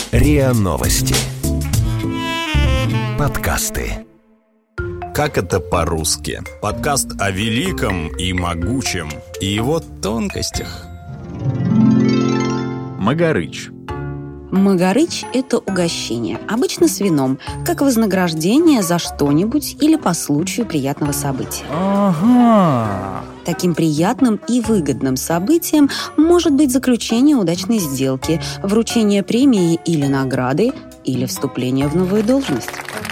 РИА Новости. Подкасты. Как это по-русски? Подкаст о великом и могучем и его тонкостях. Магарыч. Магарыч – это угощение, обычно с вином, как вознаграждение за что-нибудь или по случаю приятного события. Ага. Таким приятным и выгодным событием может быть заключение удачной сделки, вручение премии или награды, или вступление в новую должность.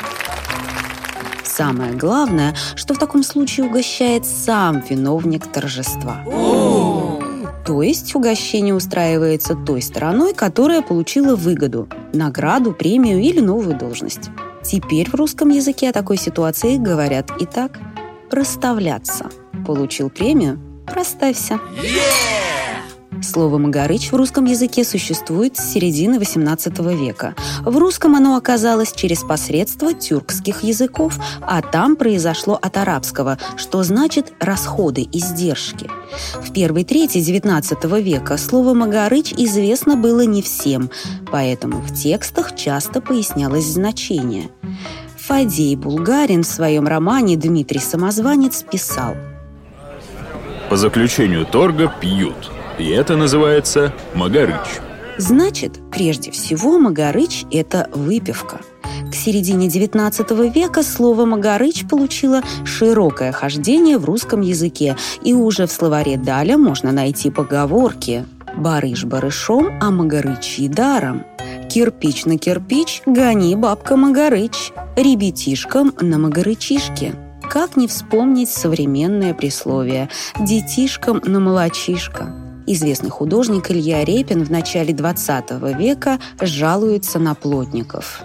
Самое главное, что в таком случае угощает сам виновник торжества. То есть угощение устраивается той стороной, которая получила выгоду, награду, премию или новую должность. Теперь в русском языке о такой ситуации говорят и так: проставляться. Получил премию – проставься. Слово «магарыч» в русском языке существует с середины XVIII века. В русском оно оказалось через посредство тюркских языков, а там произошло от арабского, что значит «расходы, издержки». В первой трети XIX века слово «магарыч» известно было не всем, поэтому в текстах часто пояснялось значение. Фадей Булгарин в своем романе «Дмитрий Самозванец» писал: По заключению торга пьют, и это называется магарыч. Значит, прежде всего, магарыч – это выпивка. К середине XIX века слово «магарыч» получило широкое хождение в русском языке, и уже в словаре Даля можно найти поговорки: «Барыш барышом, а магарычи даром», «Кирпич на кирпич, гони, бабка, магарыч», «Ребятишкам на магарычишке». Как не вспомнить современное присловие «детишкам на молочишко». Известный художник Илья Репин в начале XX века жалуется на плотников.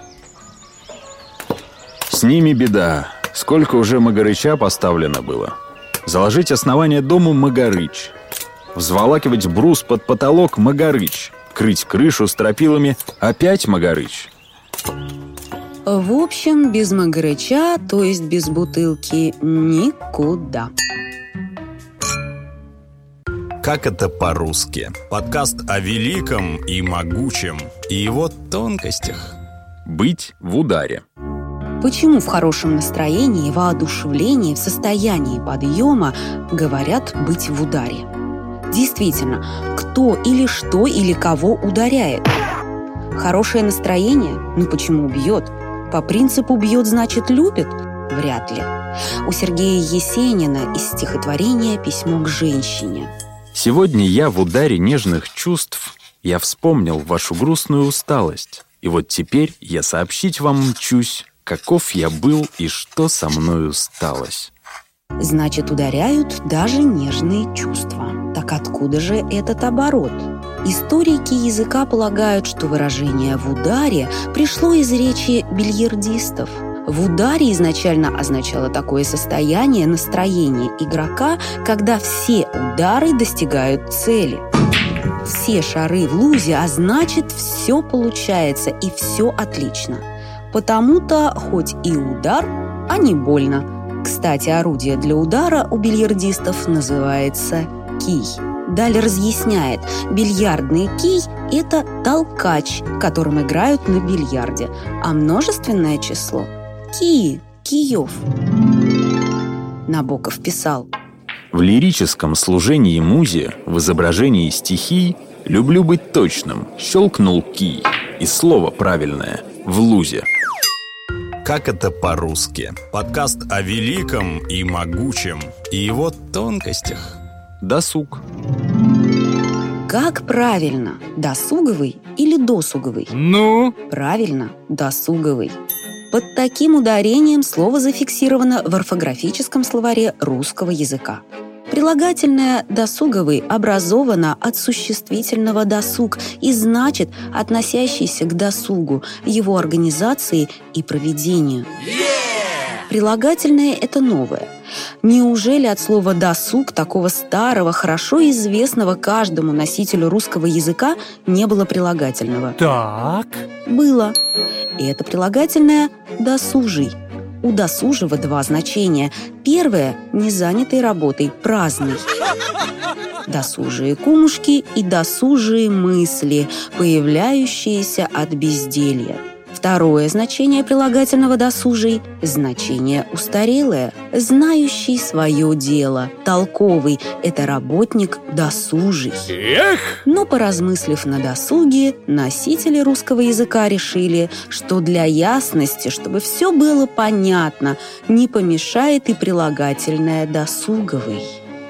С ними беда. Сколько уже магарыча поставлено было. Заложить основание дому — магарыч. Взволакивать брус под потолок — магарыч. Крыть крышу стропилами — опять магарыч. В общем, без магарыча, то есть без бутылки, никуда. Как это по-русски? Подкаст о великом и могучем и его тонкостях. Быть в ударе. Почему в хорошем настроении, воодушевлении, в состоянии подъема говорят «быть в ударе»? Действительно, кто или что или кого ударяет? Хорошее настроение? Ну почему бьет? По принципу «бьет, значит, любит»? Вряд ли. У Сергея Есенина из стихотворения «Письмо к женщине». Сегодня я в ударе нежных чувств, я вспомнил вашу грустную усталость. И вот теперь я сообщить вам мчусь, каков я был и что со мною сталось. Значит, ударяют даже нежные чувства. Так откуда же этот оборот? Историки языка полагают, что выражение «в ударе» пришло из речи бильярдистов. В ударе изначально означало такое состояние, настроение игрока, когда все удары достигают цели. Все шары в лузе, а значит, все получается и все отлично. Потому-то хоть и удар, а не больно. Кстати, орудие для удара у бильярдистов называется кий. Далее разъясняет, бильярдный кий – это толкач, которым играют на бильярде, а множественное число – кии, киев. Набоков писал: В лирическом служении музе, в изображении стихий, люблю быть точным, щелкнул кий, и слово правильное – в лузе. Как это по-русски? Подкаст о великом и могучем и его тонкостях. Досуг. Как правильно, досуговый или досуговый? Ну? Правильно, досуговый. Под таким ударением слово зафиксировано в орфографическом словаре русского языка. Прилагательное «досуговый» образовано от существительного «досуг» и значит относящийся к досугу, его организации и проведению. Прилагательное – это новое. Неужели от слова «досуг», такого старого, хорошо известного каждому носителю русского языка, не было прилагательного? Так. Было. И это прилагательное «досужий». У досужего два значения. Первое – незанятый работой, праздный. Досужие кумушки и досужие мысли, появляющиеся от безделья. Второе значение прилагательного «досужий» – значение устарелое, знающий свое дело. Толковый – это работник досужий. Но, поразмыслив на досуге, носители русского языка решили, что для ясности, чтобы все было понятно, не помешает и прилагательное «досуговый».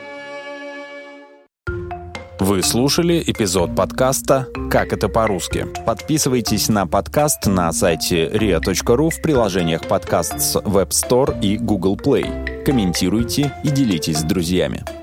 Вы слушали эпизод подкаста «Как это по-русски». Подписывайтесь на подкаст на сайте ria.ru, в приложениях подкаст с Web Store и Google Play. Комментируйте и делитесь с друзьями.